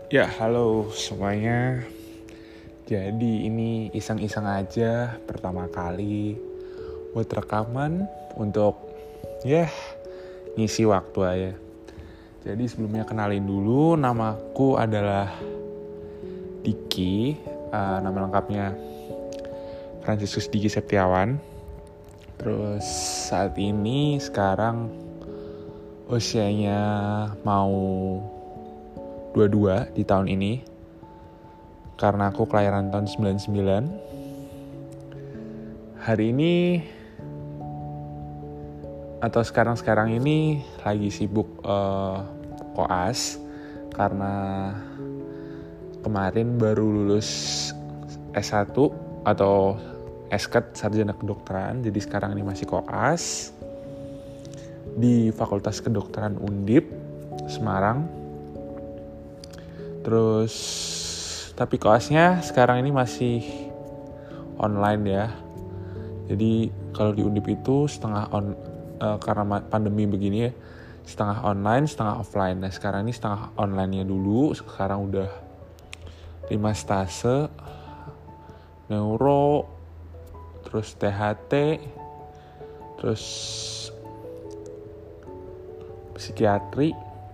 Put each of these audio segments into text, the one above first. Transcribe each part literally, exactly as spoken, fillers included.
Ya, halo semuanya. Jadi ini iseng-iseng aja pertama kali buat rekaman untuk ya ngisi waktu aja. Jadi sebelumnya kenalin dulu, namaku adalah Diki, uh, nama lengkapnya Fransiskus Diki Septiawan. Terus saat ini sekarang usianya mau dua puluh dua di tahun ini, karena aku kelahiran tahun sembilan puluh sembilan. Hari ini atau sekarang-sekarang ini lagi sibuk uh, koas karena kemarin baru lulus S satu atau S K E T Sarjana Kedokteran. Jadi sekarang ini masih koas di Fakultas Kedokteran Undip Semarang. Terus tapi koasnya sekarang ini masih online ya. Jadi kalau di Undip itu setengah on uh, karena pandemi begini ya, setengah online, setengah offline. Nah, sekarang ini setengah online-nya dulu. Sekarang udah lima stase, neuro, terus T H T, terus psikiatri,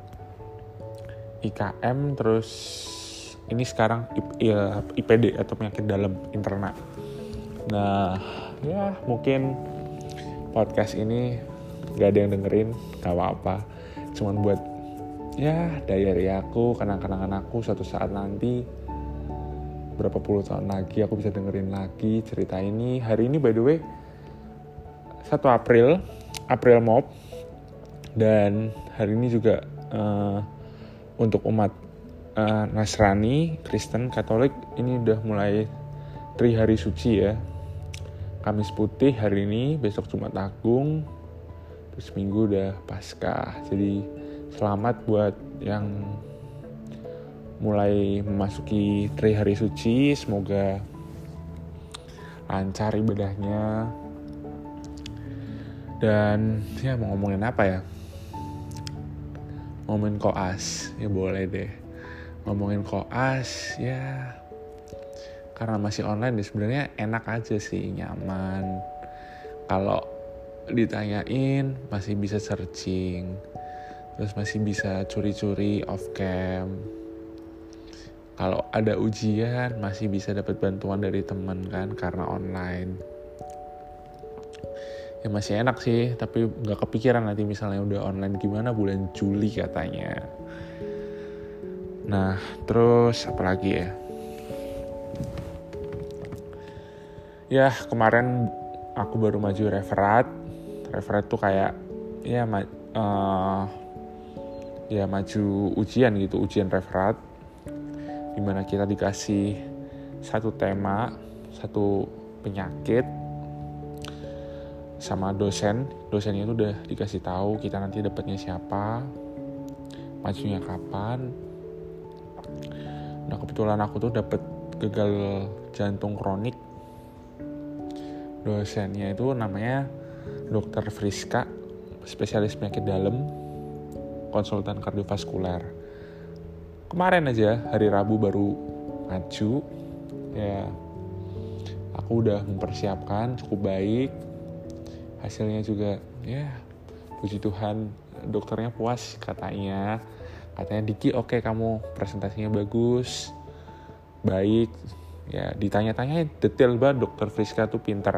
I K M, terus ini sekarang I P D atau penyakit dalam interna. Nah, ya mungkin podcast ini gak ada yang dengerin, gak apa-apa. Cuman buat ya diary aku, kenang-kenangan aku suatu saat nanti berapa puluh tahun lagi aku bisa dengerin lagi cerita ini. Hari ini by the way satu April, April Mop. Dan hari ini juga uh, untuk umat uh, Nasrani, Kristen, Katolik ini udah mulai Tri Hari Suci ya. Kamis Putih hari ini, besok Jumat Agung, terus Minggu udah Paskah. Jadi selamat buat yang mulai memasuki Tri Hari Suci, semoga lancar ibadahnya. Dan ya mau ngomongin apa ya? Ngomongin koas, ya boleh deh. Ngomongin koas, ya karena masih online deh, sebenarnya enak aja sih, nyaman. Kalau ditanyain masih bisa searching, terus masih bisa curi-curi off cam. Kalau ada ujian masih bisa dapat bantuan dari teman kan, karena online. Ya masih enak sih, tapi gak kepikiran nanti misalnya udah online gimana bulan Juli katanya. Nah, terus apa lagi ya? Ya, kemarin aku baru maju referat. Referat tuh kayak ya ma- uh, ya maju ujian gitu, ujian referat. Dimana kita dikasih satu tema, satu penyakit, sama dosen. Dosennya itu udah dikasih tahu kita nanti dapatnya siapa, majunya kapan. Nah, kebetulan aku tuh dapat gagal jantung kronik. Dosennya itu namanya Dokter Friska, spesialis penyakit dalam, konsultan kardiovaskuler. Kemarin aja hari Rabu baru maju. Ya, aku udah mempersiapkan cukup baik. Hasilnya juga ya puji Tuhan, dokternya puas katanya. Katanya Diki oke okay, kamu presentasinya bagus, baik. Ya ditanya-tanya detail banget, Dokter Friska tuh pintar.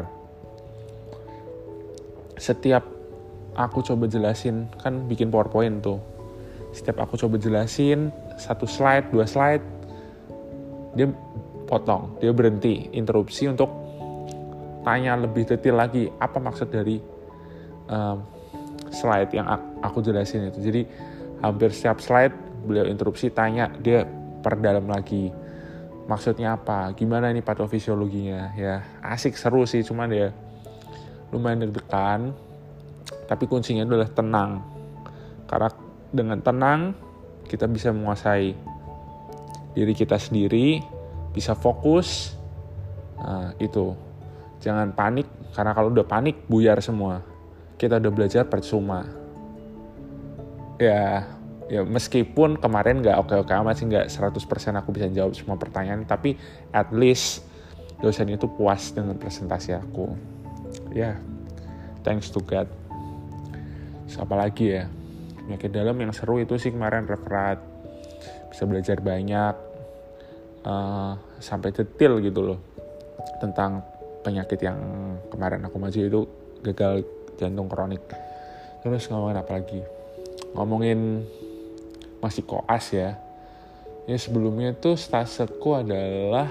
Setiap aku coba jelasin, kan bikin PowerPoint tuh. Setiap aku coba jelasin satu slide, dua slide, dia potong, dia berhenti, interupsi untuk tanya lebih detail lagi apa maksud dari um, slide yang aku jelasin itu. Jadi hampir setiap slide beliau interupsi, tanya, dia perdalam lagi maksudnya apa, gimana ini patofisiologinya. Ya asik, seru sih, cuman ya lumayan deg-degan. Tapi kuncinya adalah tenang, karena dengan tenang kita bisa menguasai diri kita sendiri, bisa fokus. Nah, itu jangan panik, karena kalau udah panik buyar semua. Kita udah belajar percuma. Ya, ya meskipun kemarin nggak oke-oke amat sih, nggak seratus persen aku bisa jawab semua pertanyaan, tapi at least dosen itu puas dengan presentasi aku. Ya, yeah, thanks to God. Terus apa lagi ya? Penyakit dalam yang seru itu sih kemarin referat, bisa belajar banyak, uh, sampai detail gitu loh tentang penyakit yang kemarin aku maju itu gagal jantung kronik. Terus ngomongin apa lagi? Ngomongin masih koas ya. Ya sebelumnya tuh staseku adalah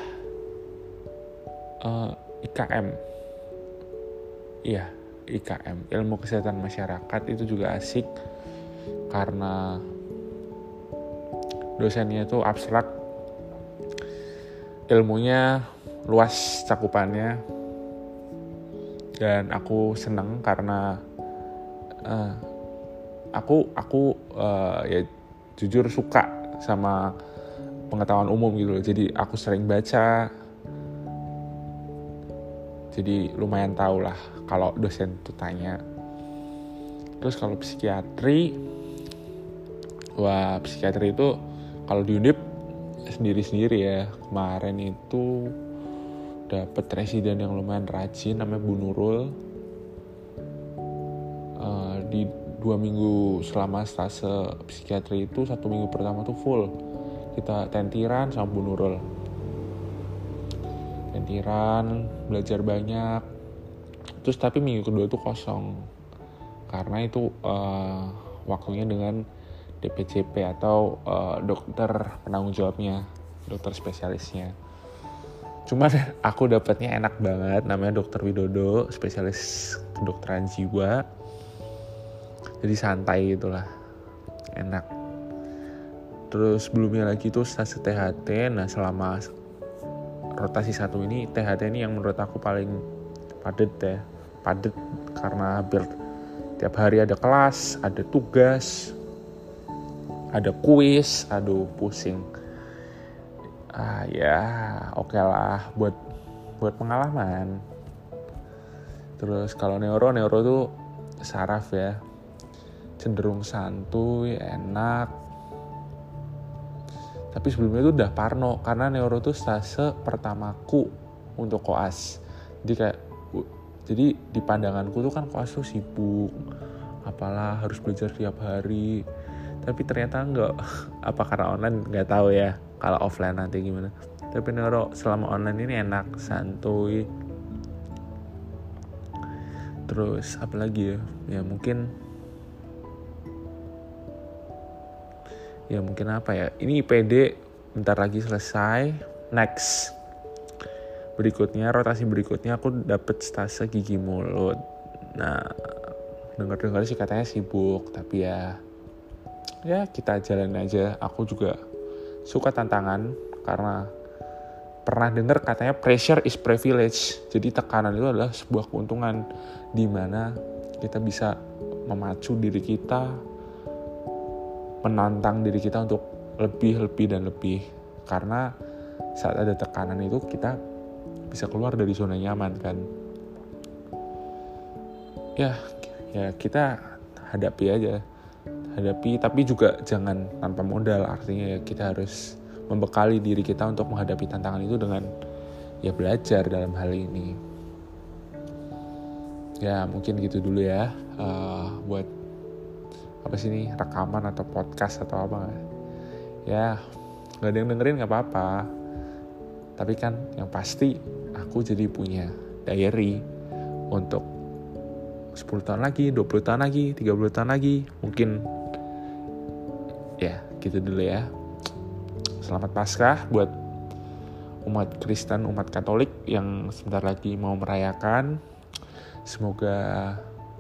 uh, I K M. Iya, I K M, ilmu kesehatan masyarakat. Itu juga asik karena dosennya itu abstrak, ilmunya luas cakupannya, dan aku seneng karena uh, aku aku uh, ya jujur suka sama pengetahuan umum gitu loh. Jadi aku sering baca, jadi lumayan tahu lah kalau dosen tuh tanya. Terus kalau psikiatri, wah psikiatri itu kalau di Undip sendiri-sendiri ya. Kemarin itu dapet residen yang lumayan rajin, namanya Bu Nurul. Uh, di dua minggu selama stase psikiatri itu, satu minggu pertama tuh full kita tentiran sama Bu Nurul. Tentiran, belajar banyak. Terus tapi minggu kedua tuh kosong karena itu uh, waktunya dengan D P C P atau uh, dokter penanggung jawabnya, dokter spesialisnya. Cuman aku dapatnya enak banget, namanya Dokter Widodo, spesialis kedokteran jiwa. Jadi santai gitulah, enak. Terus sebelumnya lagi tuh stase T H T. Nah selama rotasi satu ini, T H T ini yang menurut aku paling padat ya. Padat karena hampir tiap hari ada kelas, ada tugas, ada kuis, aduh pusing. Ah ya oke okay lah buat buat pengalaman. Terus kalau neuro, neuro tuh saraf ya, cenderung santuy, enak. Tapi sebelumnya itu udah parno karena neuro tuh stase pertamaku untuk koas. Jadi kayak jadi di pandanganku tuh kan koas tuh sibuk, apalah harus belajar tiap hari. Tapi ternyata enggak. Apa karena online nggak tahu ya. Kalau offline nanti gimana. Tapi neuro selama online ini enak, santuy. Terus apa lagi ya? Ya mungkin Ya mungkin apa ya, ini I P D bentar lagi selesai. Next, berikutnya, rotasi berikutnya aku dapet stase gigi mulut. Nah, dengar-dengar sih katanya sibuk, tapi ya ya kita jalan aja. Aku juga suka tantangan karena pernah dengar katanya pressure is privilege. Jadi tekanan itu adalah sebuah keuntungan di mana kita bisa memacu diri kita, menantang diri kita untuk lebih, lebih, dan lebih. Karena saat ada tekanan itu kita bisa keluar dari zona nyaman kan. Ya, ya kita hadapi aja. Hadapi, tapi juga jangan tanpa modal. Artinya ya kita harus membekali diri kita untuk menghadapi tantangan itu dengan ya belajar dalam hal ini. Ya mungkin gitu dulu ya. Uh, buat apa sih ini, rekaman atau podcast atau apa ya, nggak ada yang dengerin nggak apa-apa, tapi kan yang pasti aku jadi punya diary untuk sepuluh tahun lagi, dua puluh tahun lagi, tiga puluh tahun lagi mungkin. Ya gitu dulu ya. Selamat Paskah buat umat Kristen, umat Katolik yang sebentar lagi mau merayakan. Semoga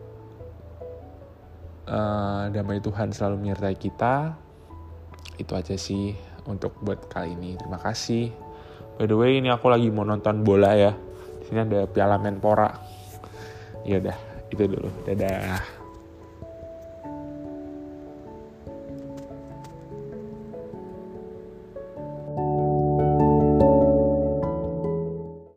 Uh, damai Tuhan selalu menyertai kita. Itu aja sih untuk buat kali ini. Terima kasih. By the way, ini aku lagi mau nonton bola ya. Di sini ada Piala Menpora. Ya udah, itu dulu. Dadah.